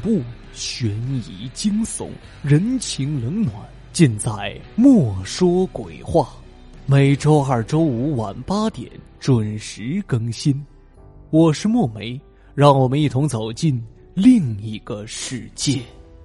怖、悬疑、惊悚、人情冷暖，尽在莫说鬼话。每周二、周五晚8点准时更新。我是墨梅，让我们一同走进另一个世界。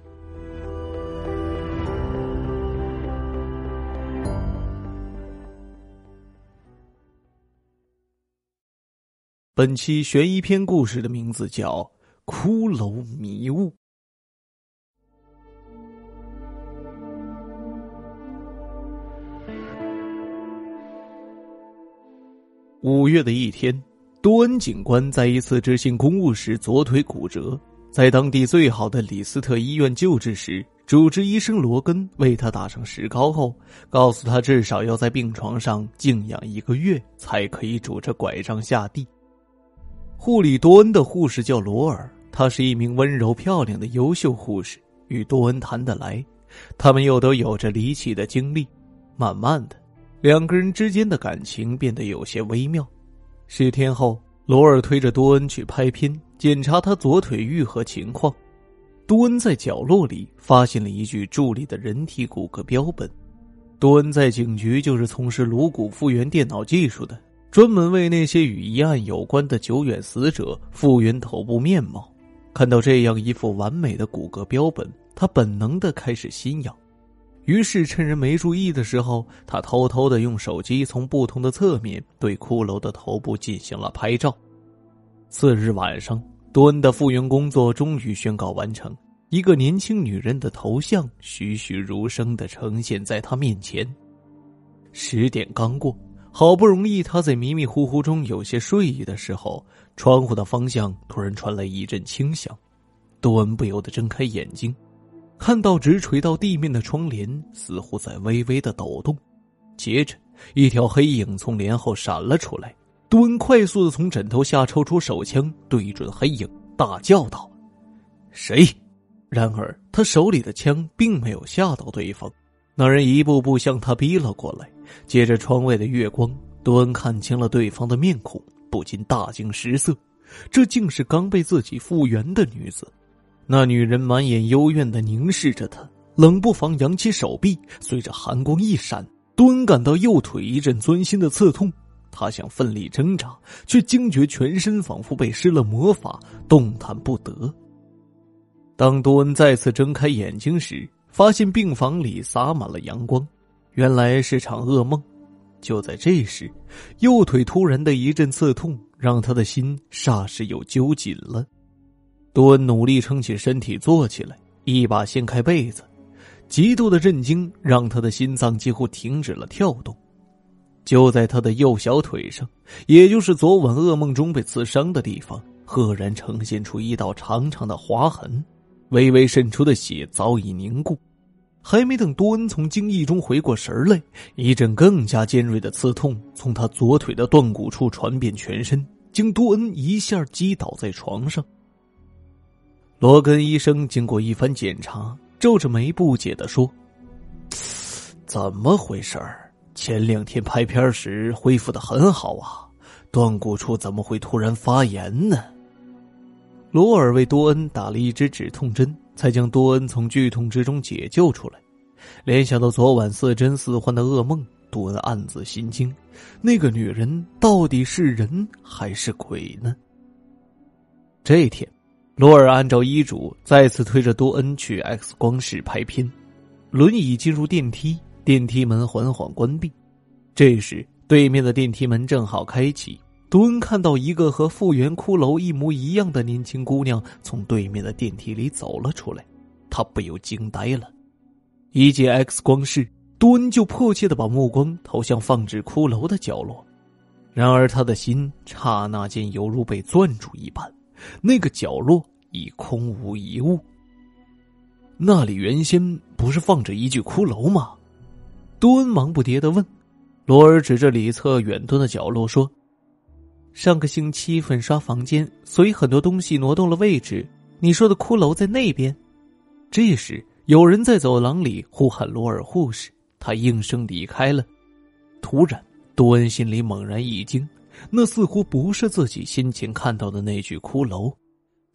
本期悬疑篇故事的名字叫《骷髅迷雾》。5月的一天，多恩警官在一次执行公务时左腿骨折，在当地最好的李斯特医院救治时，主治医生罗根为他打上石膏后，告诉他至少要在病床上静养1个月，才可以拄着拐杖下地。护理多恩的护士叫罗尔，她是一名温柔漂亮的优秀护士，与多恩谈得来，他们又都有着离奇的经历。慢慢的，2个人之间的感情变得有些微妙。10天后，罗尔推着多恩去拍片，检查他左腿愈合情况。多恩在角落里发现了一具伫立的人体骨骼标本。多恩在警局就是从事颅骨复原电脑技术的，专门为那些与疑案有关的久远死者复原头部面貌。看到这样一副完美的骨骼标本，他本能地开始心痒。于是趁人没注意的时候，他偷偷地用手机从不同的侧面对骷髅的头部进行了拍照。次日晚上，多恩的复原工作终于宣告完成，一个年轻女人的头像栩栩如生地呈现在他面前。10点刚过，好不容易他在迷迷糊糊中有些睡意的时候，窗户的方向突然传来一阵轻响。多恩不由得睁开眼睛，看到直垂到地面的窗帘似乎在微微的抖动，接着一条黑影从帘后闪了出来。多恩快速地从枕头下抽出手枪，对准黑影大叫道：谁？然而他手里的枪并没有吓到对方，那人一步步向他逼了过来。借着窗外的月光，多恩看清了对方的面孔，不禁大惊失色，这竟是刚被自己复原的女子。那女人满眼幽怨地凝视着他，冷不防扬起手臂，随着寒光一闪，多恩感到右腿一阵钻心的刺痛。他想奋力挣扎，却惊觉全身仿佛被施了魔法，动弹不得。当多恩再次睁开眼睛时，发现病房里洒满了阳光，原来是场噩梦。就在这时，右腿突然的一阵刺痛，让他的心霎时又揪紧了。多恩努力撑起身体坐起来，一把掀开被子，极度的震惊让他的心脏几乎停止了跳动。就在他的右小腿上，也就是昨晚噩梦中被刺伤的地方，赫然呈现出一道长长的划痕，微微渗出的血早已凝固。还没等多恩从惊异中回过神来，一阵更加尖锐的刺痛从他左腿的断骨处传遍全身，将多恩一下击倒在床上。罗根医生经过一番检查，皱着眉不解地说：怎么回事？前2天拍片时恢复得很好啊，断骨处怎么会突然发炎呢？罗尔为多恩打了一支止痛针，才将多恩从剧痛之中解救出来。联想到昨晚似真似幻的噩梦，多恩暗自心惊，那个女人到底是人还是鬼呢？这天，罗尔按照医嘱再次推着多恩去 X 光室拍片。轮椅进入电梯，电梯门缓缓关闭。这时对面的电梯门正好开启，多恩看到一个和复原骷髅一模一样的年轻姑娘从对面的电梯里走了出来，他不由惊呆了。一进 X 光室，多恩就迫切地把目光投向放置骷髅的角落，然而他的心刹那间犹如被攥住一般，那个角落已空无一物。那里原先不是放着一具骷髅吗？多恩忙不迭地问。罗尔指着里侧远端的角落说：上个星期粉刷房间，所以很多东西挪动了位置，你说的骷髅在那边。这时有人在走廊里呼喊罗尔护士，他应声离开了。突然多恩心里猛然一惊，那似乎不是自己先前看到的那具骷髅。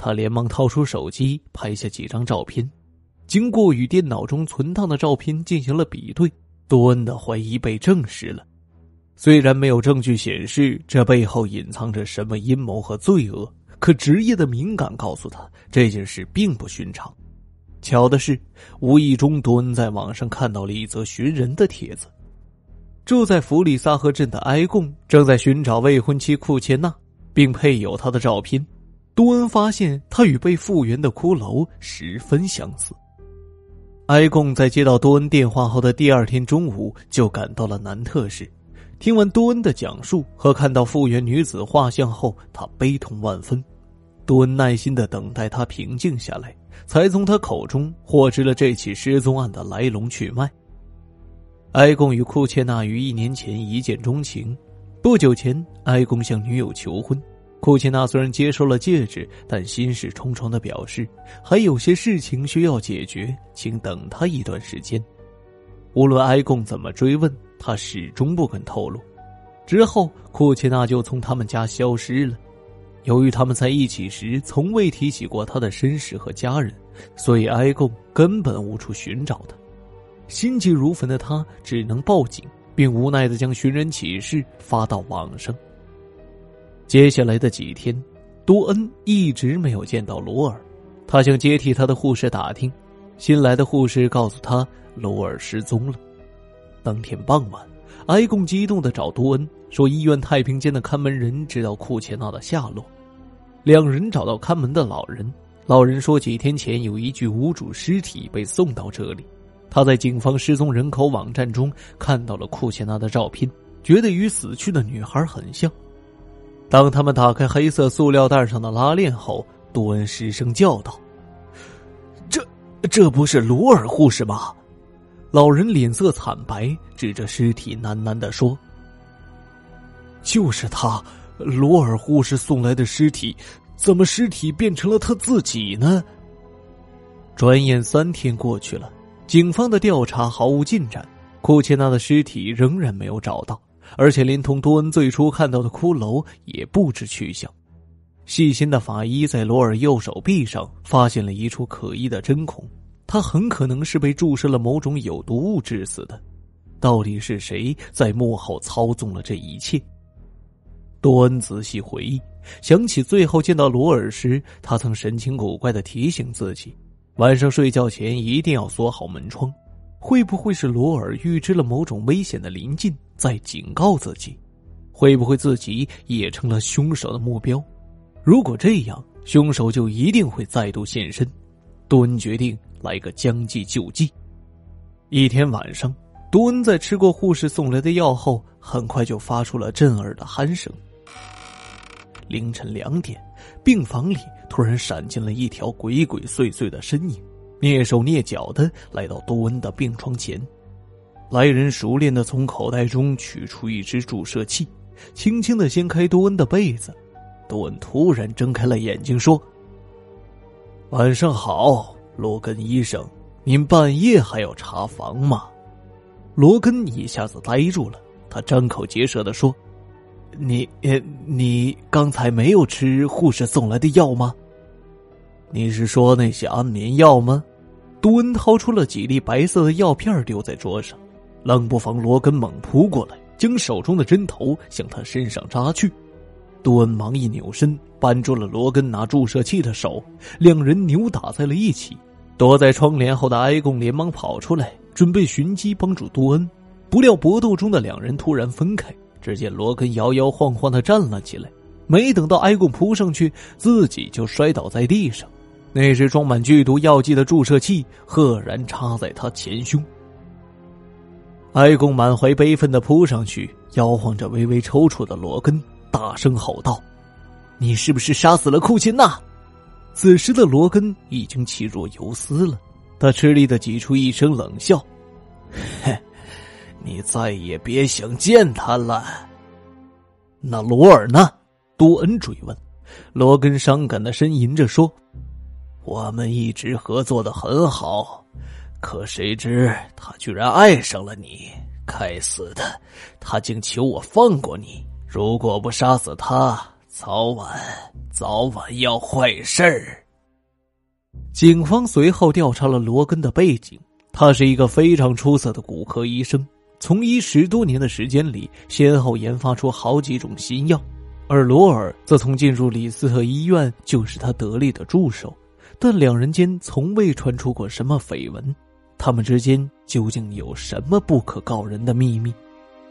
他连忙掏出手机拍下几张照片，经过与电脑中存档的照片进行了比对，多恩的怀疑被证实了。虽然没有证据显示这背后隐藏着什么阴谋和罪恶，可职业的敏感告诉他这件事并不寻常。巧的是，无意中多恩在网上看到了一则寻人的帖子。住在弗里萨河镇的埃贡正在寻找未婚妻库切纳，并配有她的照片。多恩发现她与被复原的骷髅十分相似。埃贡在接到多恩电话后的第二天中午就赶到了南特市。听完多恩的讲述和看到复原女子画像后，他悲痛万分。多恩耐心地等待他平静下来，才从他口中获知了这起失踪案的来龙去脉。埃贡与库切纳于1年前一见钟情，不久前埃贡向女友求婚。库切纳虽然接受了戒指，但心事重重地表示还有些事情需要解决，请等他一段时间。无论埃贡怎么追问，他始终不肯透露。之后库切纳就从他们家消失了。由于他们在一起时从未提起过他的身世和家人，所以埃贡根本无处寻找他。心急如焚的他只能报警，并无奈地将寻人启事发到网上。接下来的几天，多恩一直没有见到罗尔。他向接替他的护士打听，新来的护士告诉他罗尔失踪了。当天傍晚，埃贡激动地找多恩，说医院太平间的看门人知道库切纳的下落。两人找到看门的老人，老人说几天前有一具无主尸体被送到这里。他在警方失踪人口网站中看到了库切纳的照片，觉得与死去的女孩很像。当他们打开黑色塑料袋上的拉链后，多恩失声叫道：这不是罗尔护士吗？老人脸色惨白，指着尸体喃喃地说：就是他，罗尔护士送来的尸体，怎么尸体变成了他自己呢？转眼3天过去了，警方的调查毫无进展，库切纳的尸体仍然没有找到，而且连同多恩最初看到的骷髅也不知去向。细心的法医在罗尔右手臂上发现了一处可疑的针孔，他很可能是被注射了某种有毒物致死的。到底是谁在幕后操纵了这一切？多恩仔细回忆，想起最后见到罗尔时，他曾神情古怪地提醒自己，晚上睡觉前一定要锁好门窗。会不会是罗尔预知了某种危险的临近，在警告自己？会不会自己也成了凶手的目标？如果这样，凶手就一定会再度现身。多恩决定来个将计就计。一天晚上，多恩在吃过护士送来的药后，很快就发出了震耳的鼾声。凌晨2点，病房里突然闪进了一条鬼鬼祟祟的身影，蹑手蹑脚地来到多恩的病床前。来人熟练地从口袋中取出一支注射器，轻轻地掀开多恩的被子。多恩突然睁开了眼睛说：晚上好，罗根医生，您半夜还要查房吗？罗根一下子呆住了，他张口结舌地说：你刚才没有吃护士送来的药吗？你是说那些安眠药吗？多恩掏出了几粒白色的药片丢在桌上，冷不防罗根猛扑过来，将手中的针头向他身上扎去。多恩忙一扭身，扳住了罗根拿注射器的手，两人扭打在了一起。躲在窗帘后的埃贡连忙跑出来，准备寻机帮助多恩。不料搏斗中的两人突然分开，只见罗根摇摇晃晃地站了起来，没等到埃贡扑上去，自己就摔倒在地上。那只装满剧毒药剂的注射器赫然插在他前胸。埃贡满怀悲愤地扑上去，摇晃着微微抽搐的罗根，大声吼道：你是不是杀死了库切纳？此时的罗根已经气若游丝了，他吃力地挤出一声冷笑：嘿，你再也别想见他了。那罗尔呢？多恩追问。罗根伤感地呻吟着说：我们一直合作得很好，可谁知他居然爱上了你，该死的，他竟求我放过你，如果不杀死他， 早晚要坏事儿。警方随后调查了罗根的背景，他是一个非常出色的骨科医生，从医10多年的时间里，先后研发出好几种新药。而罗尔则从进入李斯特医院就是他得力的助手，但两人间从未传出过什么绯闻，他们之间究竟有什么不可告人的秘密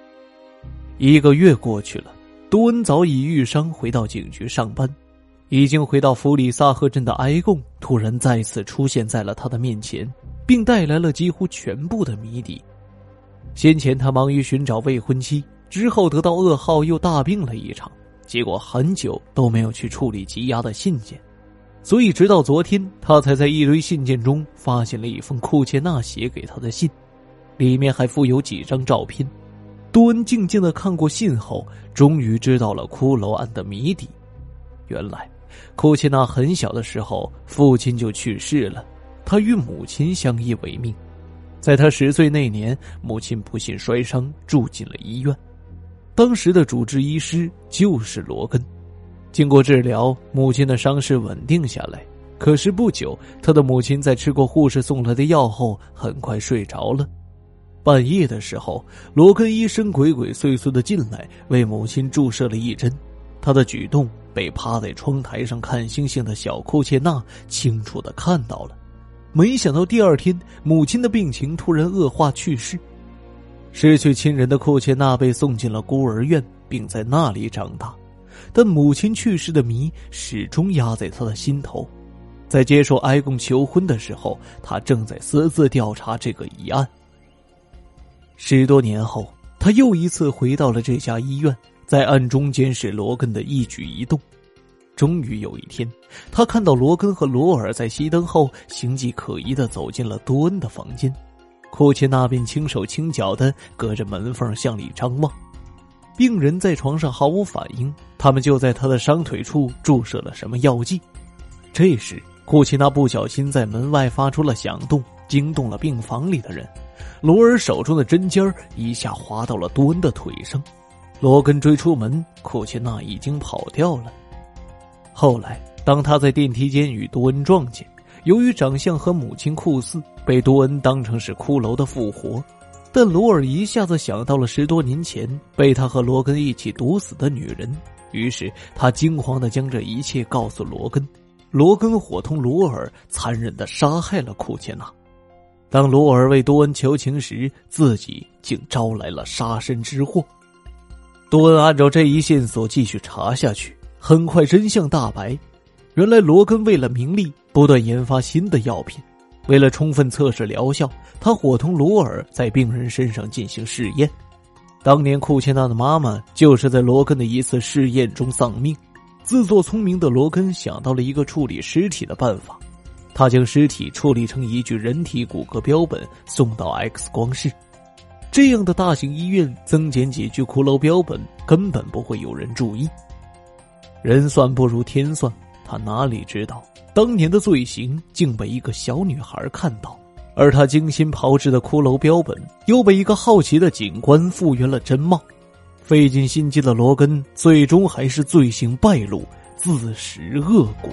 ？1个月过去了，多恩早已愈伤回到警局上班。已经回到弗里萨赫镇的埃贡突然再次出现在了他的面前，并带来了几乎全部的谜底。先前他忙于寻找未婚妻，之后得到噩耗又大病了一场，结果很久都没有去处理积压的信件，所以直到昨天他才在一堆信件中发现了一封库切纳写给他的信，里面还附有几张照片。多恩静静地看过信后，终于知道了骷髅案的谜底。原来库切纳很小的时候父亲就去世了，他与母亲相依为命。在他10岁那年，母亲不幸摔伤住进了医院，当时的主治医师就是罗根。经过治疗，母亲的伤势稳定下来，可是不久，他的母亲在吃过护士送来的药后很快睡着了。半夜的时候，罗根医生鬼鬼祟祟地进来，为母亲注射了一针。他的举动被趴在窗台上看星星的小库切纳清楚地看到了。没想到第2天，母亲的病情突然恶化去世。失去亲人的库切纳被送进了孤儿院，并在那里长大。但母亲去世的谜始终压在他的心头。在接受埃贡求婚的时候，他正在私自调查这个疑案。10多年后，他又一次回到了这家医院，在暗中监视罗根的一举一动。终于有一天，他看到罗根和罗尔在熄灯后形迹可疑地走进了多恩的房间，库切纳便轻手轻脚地隔着门缝向里张望。病人在床上毫无反应，他们就在他的伤腿处注射了什么药剂。这时库切纳不小心在门外发出了响动，惊动了病房里的人。罗尔手中的针尖一下划到了多恩的腿上，罗根追出门，库切纳已经跑掉了。后来当他在电梯间与多恩撞见，由于长相和母亲酷似，被多恩当成是骷髅的复活。但罗尔一下子想到了10多年前被他和罗根一起毒死的女人，于是他惊慌地将这一切告诉罗根。罗根伙同罗尔残忍地杀害了库切纳。当罗尔为多恩求情时，自己竟招来了杀身之祸。多恩按照这一线索继续查下去，很快真相大白。原来罗根为了名利不断研发新的药品，为了充分测试疗效，他伙同罗尔在病人身上进行试验。当年库切纳的妈妈就是在罗根的一次试验中丧命。自作聪明的罗根想到了一个处理尸体的办法，他将尸体处理成一具人体骨骼标本送到 X 光室。这样的大型医院增减几具骷髅标本根本不会有人注意。人算不如天算，他哪里知道当年的罪行竟被一个小女孩看到，而他精心炮制的骷髅标本又被一个好奇的警官复原了真貌。费尽心机的罗根最终还是罪行败露，自食恶果。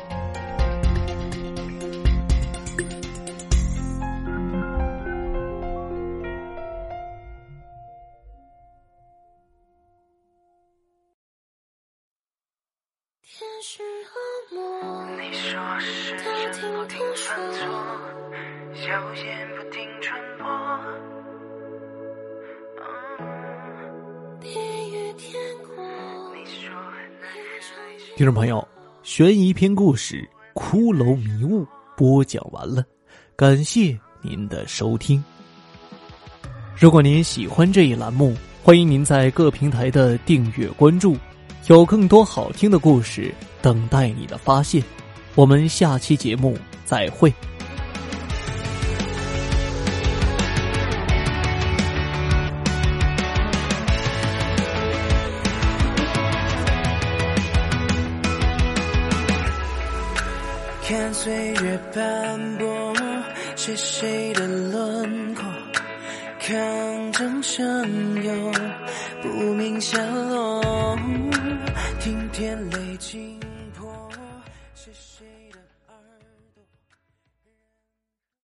天是恶魔，你说是人不停犯错，谣言不停传播。地狱天国，你说听众朋友，悬疑篇故事《骷髅迷雾》播讲完了，感谢您的收听。如果您喜欢这一栏目，欢迎您在各平台的订阅关注，有更多好听的故事等待你的发现。我们下期节目再会。 看岁月斑驳，是谁的轮廓？抗争声有不明下落，听天泪倾泼，是谁的